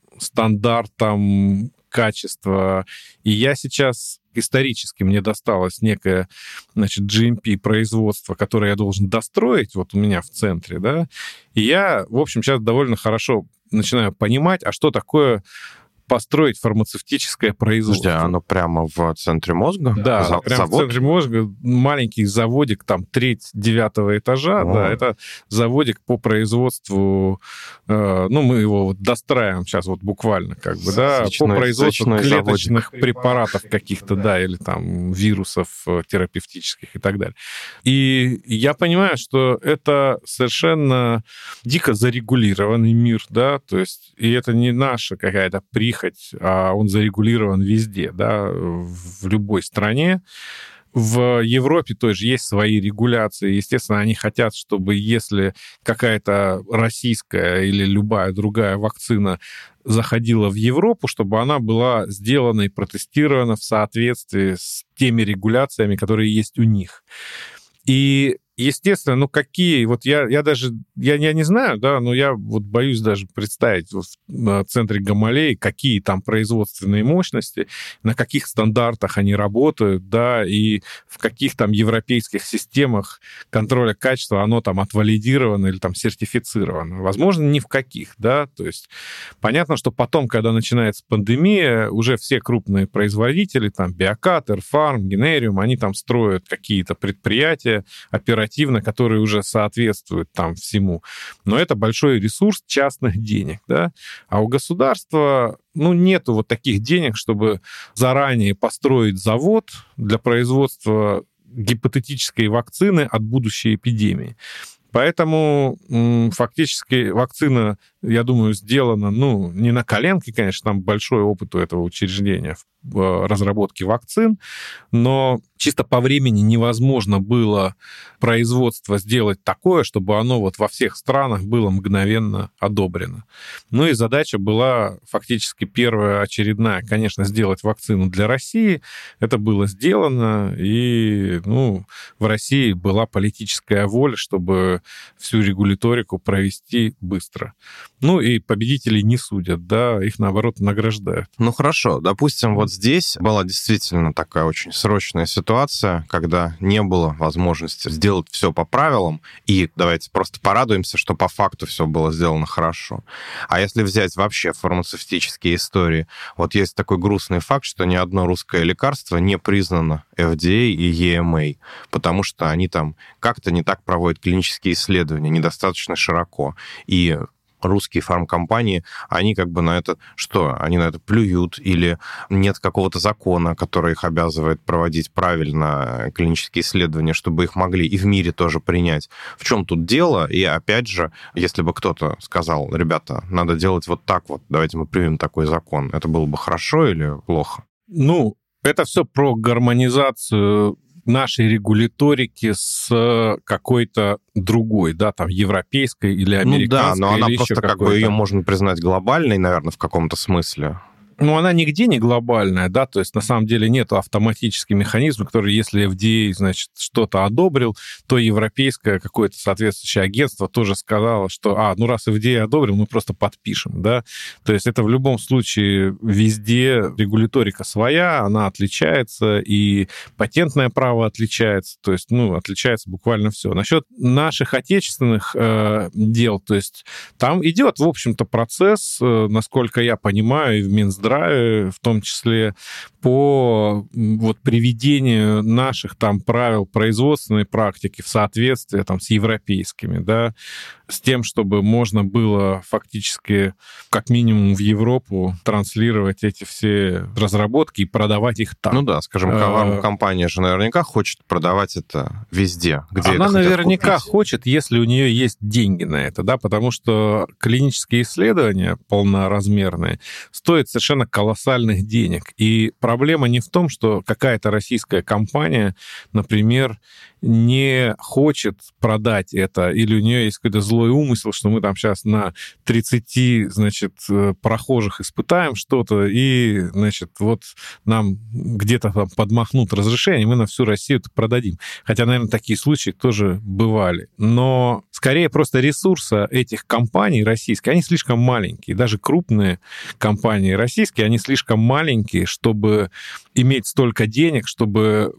[SPEAKER 1] стандартам качества. И я сейчас исторически мне досталось некое, значит, джи эм пи-производство, которое я должен достроить вот у меня в центре, да, и я, в общем, сейчас довольно хорошо начинаю понимать, а что такое построить фармацевтическое производство.
[SPEAKER 2] Слушайте, оно прямо в центре мозга?
[SPEAKER 1] Да,
[SPEAKER 2] За-
[SPEAKER 1] прямо
[SPEAKER 2] завод?
[SPEAKER 1] в центре мозга. Маленький заводик, там, треть девятого этажа,
[SPEAKER 2] О.
[SPEAKER 1] да, это заводик по производству, э, ну, мы его вот достраиваем сейчас вот буквально, как бы, да,
[SPEAKER 2] Свечной-
[SPEAKER 1] по производству
[SPEAKER 2] свечной
[SPEAKER 1] клеточных
[SPEAKER 2] заводик.
[SPEAKER 1] препаратов каких-то, да, или там вирусов э, терапевтических и так далее. И я понимаю, что это совершенно дико зарегулированный мир, да, то есть, и это не наша какая-то прихоть, а он зарегулирован везде, да, в любой стране. В Европе тоже есть свои регуляции. Естественно, они хотят, чтобы если какая-то российская или любая другая вакцина заходила в Европу, чтобы она была сделана и протестирована в соответствии с теми регуляциями, которые есть у них. И естественно, ну какие, вот я, я даже, я, я не знаю, да, но я вот боюсь даже представить вот в центре Гамалеи, какие там производственные мощности, на каких стандартах они работают, да, и в каких там европейских системах контроля качества оно там отвалидировано или там сертифицировано. Возможно, ни в каких, да, то есть понятно, что потом, когда начинается пандемия, уже все крупные производители, там, Биокат, Эрфарм, Генериум, они там строят какие-то предприятия оперативно, которые уже соответствуют там всему. Но это большой ресурс частных денег, да. А у государства, ну, нету вот таких денег, чтобы заранее построить завод для производства гипотетической вакцины от будущей эпидемии. Поэтому м, фактически вакцина, я думаю, сделана, ну, не на коленке, конечно, там большой опыт у этого учреждения в разработке вакцин, но чисто по времени невозможно было производство сделать такое, чтобы оно вот во всех странах было мгновенно одобрено. Ну и задача была фактически первая, очередная, конечно, сделать вакцину для России. Это было сделано, и ну, в России была политическая воля, чтобы всю регуляторику провести быстро. Ну и победителей не судят, да, их, наоборот, награждают.
[SPEAKER 2] Ну хорошо, допустим, вот здесь была действительно такая очень срочная ситуация, когда не было возможности сделать все по правилам, и давайте просто порадуемся, что по факту все было сделано хорошо. А если взять вообще фармацевтические истории, вот есть такой грустный факт, что ни одно русское лекарство не признано эф ди эй и и эм эй, потому что они там как-то не так проводят клинические исследования, недостаточно широко. И русские фармкомпании, они как бы на это... Что? Они на это плюют? Или нет какого-то закона, который их обязывает проводить правильно клинические исследования, чтобы их могли и в мире тоже принять? В чем тут дело? И опять же, если бы кто-то сказал, ребята, надо делать вот так вот, давайте мы примем такой закон, это было бы хорошо или плохо?
[SPEAKER 1] Ну, это все про гармонизацию нашей регуляторики с какой-то другой, да, там, европейской или американской.
[SPEAKER 2] Ну да, но она
[SPEAKER 1] или
[SPEAKER 2] просто как бы ее можно признать глобальной, наверное, в каком-то смысле.
[SPEAKER 1] Ну, она нигде не глобальная, да, то есть на самом деле нет автоматических механизмов, которые, если эф ди эй, значит, что-то одобрил, то европейское какое-то соответствующее агентство тоже сказало, что, а, ну, раз эф ди эй одобрил, мы просто подпишем, да, то есть это в любом случае везде регуляторика своя, она отличается, и патентное право отличается, то есть, ну, отличается буквально все. Насчет наших отечественных э, дел, то есть там идет, в общем-то, процесс, э, насколько я понимаю, и в Минздраве, в том числе по вот, приведению наших там правил производственной практики в соответствие там, с европейскими, да, с тем, чтобы можно было фактически как минимум в Европу транслировать эти все разработки и продавать их там.
[SPEAKER 2] Ну да, скажем, фармкомпания же наверняка хочет продавать это везде, где
[SPEAKER 1] Она
[SPEAKER 2] это
[SPEAKER 1] наверняка
[SPEAKER 2] купить.
[SPEAKER 1] хочет, если у нее есть деньги на это, да, потому что клинические исследования полноразмерные стоят совершенно колоссальных денег. И проблема не в том, что какая-то российская компания, например, не хочет продать это, или у нее есть какой-то злой умысел, что мы там сейчас на тридцати, значит, прохожих испытаем что-то, и, значит, вот нам где-то там подмахнут разрешение, мы на всю Россию это продадим. Хотя, наверное, такие случаи тоже бывали. Но скорее просто ресурса этих компаний российских, они слишком маленькие. Даже крупные компании российские, они слишком маленькие, чтобы иметь столько денег, чтобы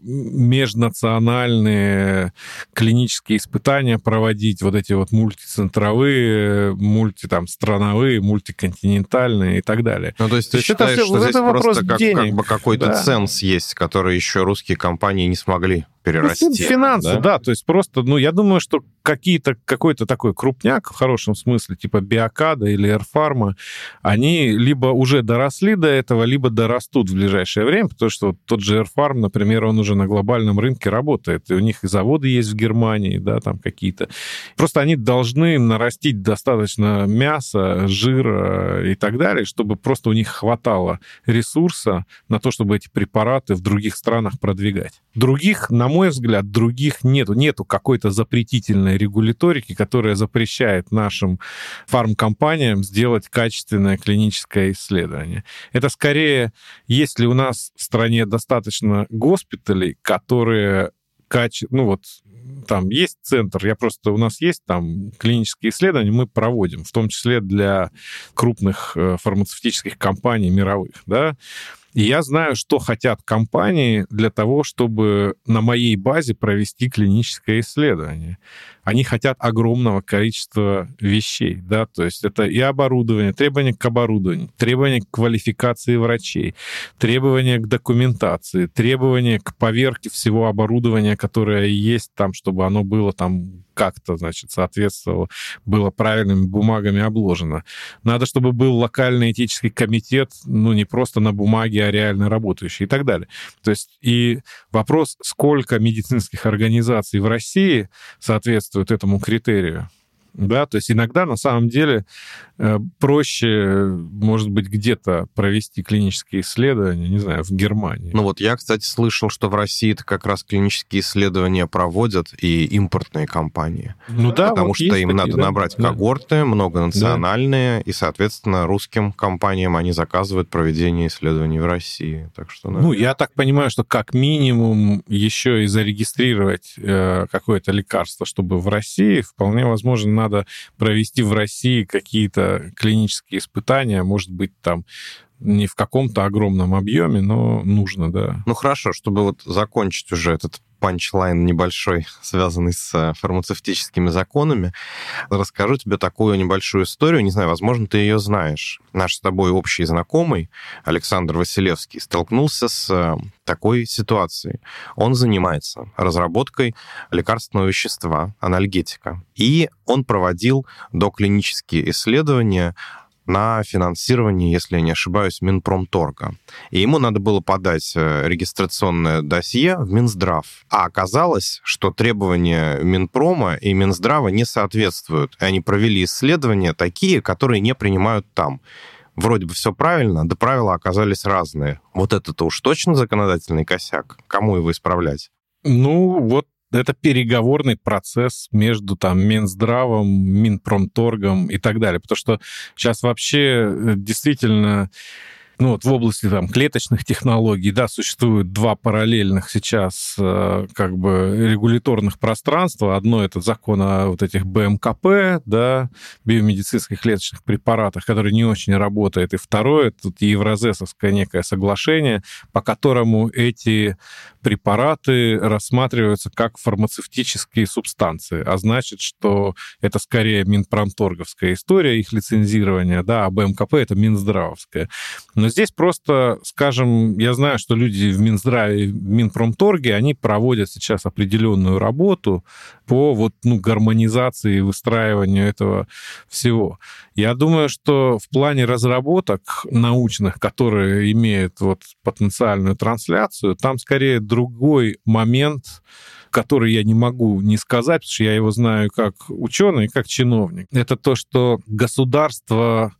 [SPEAKER 1] межнациональные клинические испытания проводить, вот эти вот мультицентровые, мульти, там, страновые, мультиконтинентальные и так далее.
[SPEAKER 2] Ну, то есть
[SPEAKER 1] то
[SPEAKER 2] ты
[SPEAKER 1] есть
[SPEAKER 2] считаешь,
[SPEAKER 1] это,
[SPEAKER 2] что
[SPEAKER 1] это
[SPEAKER 2] здесь
[SPEAKER 1] вопрос
[SPEAKER 2] просто как,
[SPEAKER 1] денег.
[SPEAKER 2] как бы какой-то
[SPEAKER 1] Да.
[SPEAKER 2] ценз есть, который еще русские компании не смогли перерасти.
[SPEAKER 1] Ну, финансы, да? да, то есть просто, ну, я думаю, что какие-то, какой-то такой крупняк, в хорошем смысле, типа Биокада или Эрфарма, они либо уже доросли до этого, либо дорастут в ближайшее время, потому что вот тот же Эрфарм, например, он уже на глобальном рынке работает, и у них и заводы есть в Германии, да, там какие-то. Просто они должны нарастить достаточно мяса, жира и так далее, чтобы просто у них хватало ресурса на то, чтобы эти препараты в других странах продвигать. Других, на мой взгляд, других нету. Нету какой-то запретительной регуляторики, которая запрещает нашим фармкомпаниям сделать качественное клиническое исследование. Это скорее, если у нас в стране достаточно госпиталей, которые каче... ну вот там есть центр, я просто, у нас есть там клинические исследования, мы проводим, в том числе для крупных фармацевтических компаний мировых, да. И я знаю, что хотят компании для того, чтобы на моей базе провести клиническое исследование. Они хотят огромного количества вещей, да, то есть это и оборудование, требования к оборудованию, требования к квалификации врачей, требования к документации, требования к поверке всего оборудования, которое есть там, чтобы оно было там как-то, значит, соответствовало, было правильными бумагами обложено. Надо, чтобы был локальный этический комитет, ну, не просто на бумаге, я реально работающий и так далее. То есть и вопрос, сколько медицинских организаций в России соответствуют этому критерию. Да, то есть иногда на самом деле проще, может быть, где-то провести клинические исследования, не знаю, в Германии.
[SPEAKER 2] Ну вот я, кстати, слышал, что в России-то как раз клинические исследования проводят и импортные компании.
[SPEAKER 1] Ну да,
[SPEAKER 2] потому
[SPEAKER 1] вот
[SPEAKER 2] что
[SPEAKER 1] есть
[SPEAKER 2] им
[SPEAKER 1] такие,
[SPEAKER 2] надо
[SPEAKER 1] да,
[SPEAKER 2] набрать
[SPEAKER 1] да.
[SPEAKER 2] когорты, многонациональные, да. И, соответственно, русским компаниям они заказывают проведение исследований в России. Так что,
[SPEAKER 1] ну, я так понимаю, что как минимум еще и зарегистрировать э, какое-то лекарство, чтобы в России, вполне возможно, надо провести в России какие-то клинические испытания, может быть, там не в каком-то огромном объеме, но нужно, да.
[SPEAKER 2] Ну хорошо, чтобы вот закончить уже этот панчлайн небольшой, связанный с фармацевтическими законами, расскажу тебе такую небольшую историю. Не знаю, возможно, ты ее знаешь. Наш с тобой общий знакомый Александр Василевский столкнулся с такой ситуацией. Он занимается разработкой лекарственного вещества, анальгетика. И он проводил доклинические исследования на финансирование, если я не ошибаюсь, Минпромторга. И ему надо было подать регистрационное досье в Минздрав. А оказалось, что требования Минпрома и Минздрава не соответствуют. И они провели исследования такие, которые не принимают там. Вроде бы все правильно, да правила оказались разные. Вот это-то уж точно законодательный косяк. Кому его исправлять?
[SPEAKER 1] Ну, вот это переговорный процесс между там Минздравом, Минпромторгом и так далее. Потому что сейчас вообще действительно, ну вот в области там клеточных технологий, да, существует два параллельных сейчас как бы регуляторных пространства. Одно — это закон о вот этих бэ эм ка пэ, да, биомедицинских клеточных препаратах, который не очень работает. И второе — это тут евразесовское некое соглашение, по которому эти препараты рассматриваются как фармацевтические субстанции, а значит, что это скорее минпромторговская история, их лицензирование, да, а бэ эм ка пэ — это минздравовская. Но здесь просто, скажем, я знаю, что люди в Минздраве, в Минпромторге, они проводят сейчас определенную работу по вот, ну, гармонизации и выстраиванию этого всего. Я думаю, что в плане разработок научных, которые имеют вот потенциальную трансляцию, там скорее другой момент, который я не могу не сказать, потому что я его знаю как ученый, как чиновник. Это то, что государство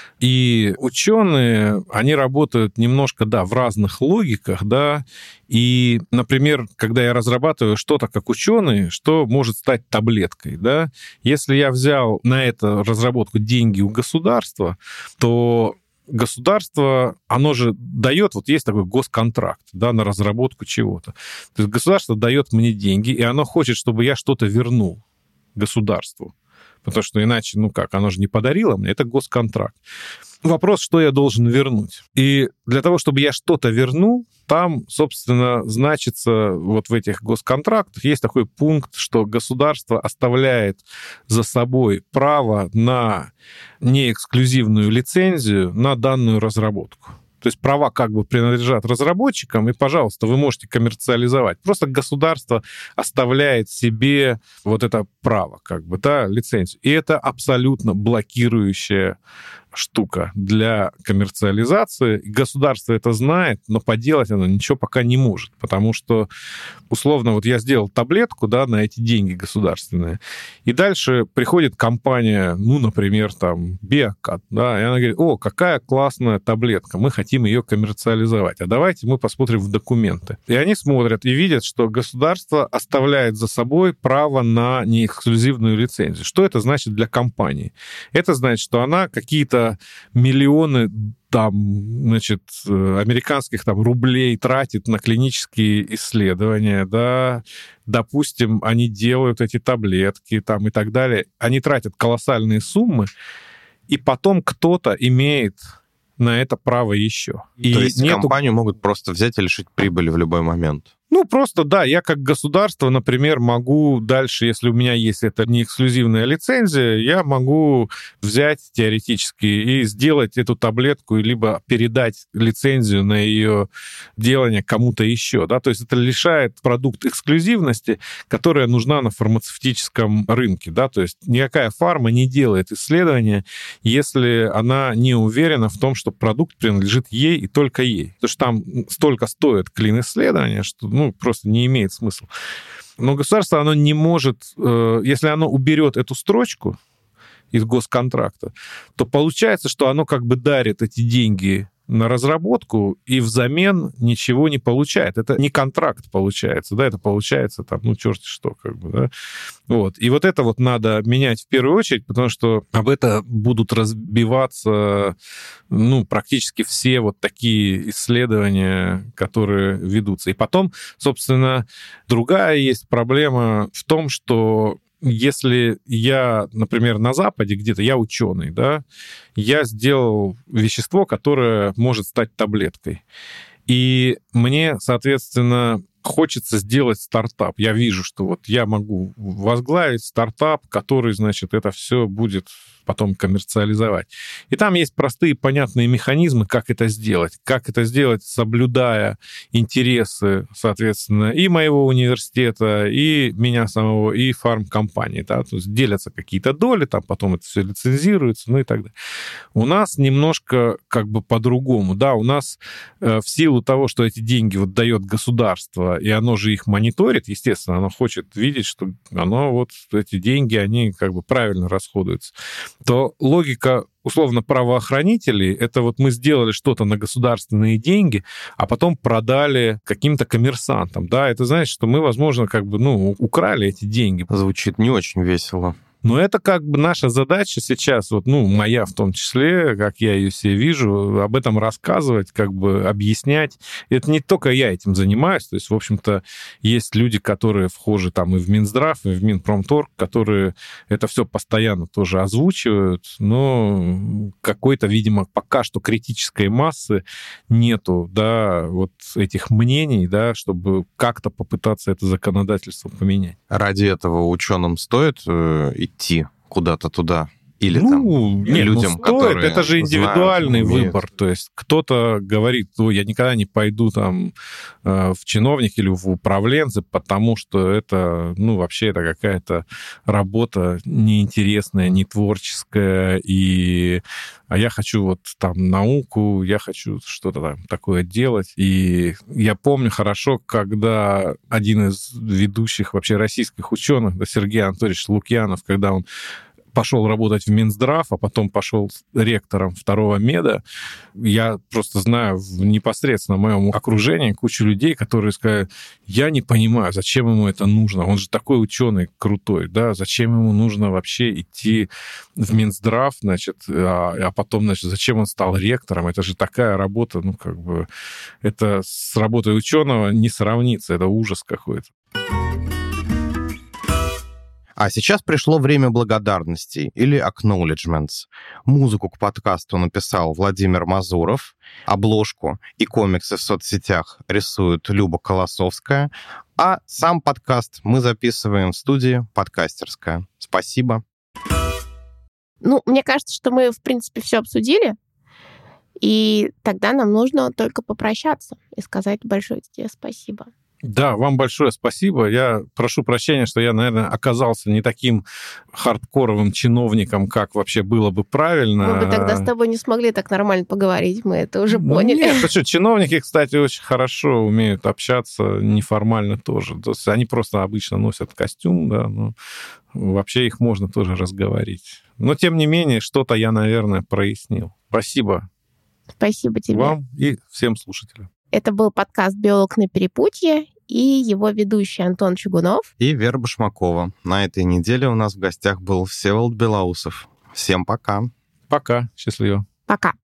[SPEAKER 1] и ученые, они работают немножко, да, в разных логиках, да, и, например, когда я разрабатываю что-то как ученый, что может стать таблеткой, да, если я взял на эту разработку деньги у государства, то государство, оно же дает, вот есть такой госконтракт, да, на разработку чего-то. То есть государство дает мне деньги, и оно хочет, чтобы я что-то вернул государству. Потому что иначе, ну как, оно же не подарило мне, это госконтракт. Вопрос, что я должен вернуть. И для того, чтобы я что-то вернул, там, собственно, значится вот в этих госконтрактах есть такой пункт, что государство оставляет за собой право на неэксклюзивную лицензию на данную разработку. То есть права как бы принадлежат разработчикам, и, пожалуйста, вы можете коммерциализовать. Просто государство оставляет себе вот это право, как бы, да, лицензию. И это абсолютно блокирующая штука для коммерциализации. Государство это знает, но поделать оно ничего пока не может, потому что, условно, вот я сделал таблетку, да, на эти деньги государственные, и дальше приходит компания, ну, например, там, Биокат, да, и она говорит: о, какая классная таблетка, мы хотим ее коммерциализовать, а давайте мы посмотрим в документы. И они смотрят и видят, что государство оставляет за собой право на неэксклюзивную лицензию. Что это значит для компании? Это значит, что она какие-то миллионы там, значит, американских там рублей тратит на клинические исследования, да, допустим, они делают эти таблетки там и так далее, они тратят колоссальные суммы, и потом кто-то имеет на это право еще. И
[SPEAKER 2] то есть
[SPEAKER 1] нету...
[SPEAKER 2] компанию могут просто взять и лишить прибыли в любой момент?
[SPEAKER 1] Ну, просто, да, я как государство, например, могу дальше, если у меня есть это не эксклюзивная лицензия, я могу взять теоретически и сделать эту таблетку, либо передать лицензию на ее делание кому-то еще, да, то есть это лишает продукт эксклюзивности, которая нужна на фармацевтическом рынке, да, то есть никакая фарма не делает исследования, если она не уверена в том, что продукт принадлежит ей и только ей. Потому что там столько стоит клин-исследования, что ну, просто не имеет смысла. Но государство, оно не может, э, если оно уберет эту строчку из госконтракта, то получается, что оно как бы дарит эти деньги на разработку и взамен ничего не получает. Это не контракт получается, да, это получается там, ну, черт что, как бы, да. Вот. И вот это вот надо менять в первую очередь, потому что об это будут разбиваться, ну, практически все вот такие исследования, которые ведутся. И потом, собственно, другая есть проблема в том, что если я, например, на Западе где-то, я ученый, да, я сделал вещество, которое может стать таблеткой. И мне, соответственно, хочется сделать стартап. Я вижу, что вот я могу возглавить стартап, который, значит, это все будет потом коммерциализовать. И там есть простые, понятные механизмы, как это сделать. Как это сделать, соблюдая интересы, соответственно, и моего университета, и меня самого, и фармкомпании. Да? То есть делятся какие-то доли, там потом это все лицензируется, ну и так далее. У нас немножко как бы по-другому. Да, у нас э, в силу того, что эти деньги вот дает государство, и оно же их мониторит, естественно, оно хочет видеть, что оно вот, эти деньги, они как бы правильно расходуются, то логика, условно, правоохранителей, это вот мы сделали что-то на государственные деньги, а потом продали каким-то коммерсантам, да, это значит, что мы, возможно, как бы, ну, украли эти деньги.
[SPEAKER 2] Звучит не очень весело.
[SPEAKER 1] Но это как бы наша задача сейчас, вот, ну, моя в том числе, как я ее себе вижу, об этом рассказывать, как бы объяснять. Это не только я этим занимаюсь, то есть, в общем-то, есть люди, которые вхожи там и в Минздрав, и в Минпромторг, которые это все постоянно тоже озвучивают, но какой-то, видимо, пока что критической массы нету, да, вот этих мнений, да, чтобы как-то попытаться это законодательство поменять.
[SPEAKER 2] Ради этого ученым стоит э, идти куда-то туда? Или
[SPEAKER 1] ну,
[SPEAKER 2] там
[SPEAKER 1] нет,
[SPEAKER 2] людям,
[SPEAKER 1] ну, стоит,
[SPEAKER 2] которые
[SPEAKER 1] это же индивидуальный
[SPEAKER 2] знают,
[SPEAKER 1] выбор. То есть кто-то говорит, ну, я никогда не пойду там в чиновник или в управленцы, потому что это, ну, вообще это какая-то работа неинтересная, не творческая, и... а я хочу вот там науку, я хочу что-то там такое делать. И я помню хорошо, когда один из ведущих вообще российских ученых, Сергей Анатольевич Лукьянов, когда он пошел работать в Минздрав, а потом пошел ректором второго меда. Я просто знаю в непосредственно моем окружении кучу людей, которые сказали, я не понимаю, зачем ему это нужно. Он же такой ученый крутой, да, зачем ему нужно вообще идти в Минздрав, значит, а, а потом, значит, зачем он стал ректором? Это же такая работа, ну, как бы, это с работой ученого не сравнится, это ужас какой-то.
[SPEAKER 2] А сейчас пришло время благодарностей или acknowledgements. Музыку к подкасту написал Владимир Мазуров, обложку и комиксы в соцсетях рисует Люба Колосовская, а сам подкаст мы записываем в студии «Подкастерская». Спасибо.
[SPEAKER 3] Ну, мне кажется, что мы, в принципе, все обсудили, и тогда нам нужно только попрощаться и сказать большое тебе спасибо.
[SPEAKER 1] Да, вам большое спасибо. Я прошу прощения, что я, наверное, оказался не таким хардкоровым чиновником, как вообще было бы правильно.
[SPEAKER 3] Мы бы тогда с тобой не смогли так нормально поговорить, мы это уже поняли.
[SPEAKER 1] Нет, это что, чиновники, кстати, очень хорошо умеют общаться неформально тоже. То есть они просто обычно носят костюм, да, но вообще их можно тоже разговорить. Но, тем не менее, что-то я, наверное, прояснил. Спасибо.
[SPEAKER 3] Спасибо тебе.
[SPEAKER 1] Вам и всем слушателям.
[SPEAKER 3] Это был подкаст «Биолог на перепутье» и его ведущий Антон Чугунов.
[SPEAKER 2] И Вера Башмакова. На этой неделе у нас в гостях был Всеволод Белоусов. Всем пока.
[SPEAKER 1] Пока. Счастливо.
[SPEAKER 3] Пока.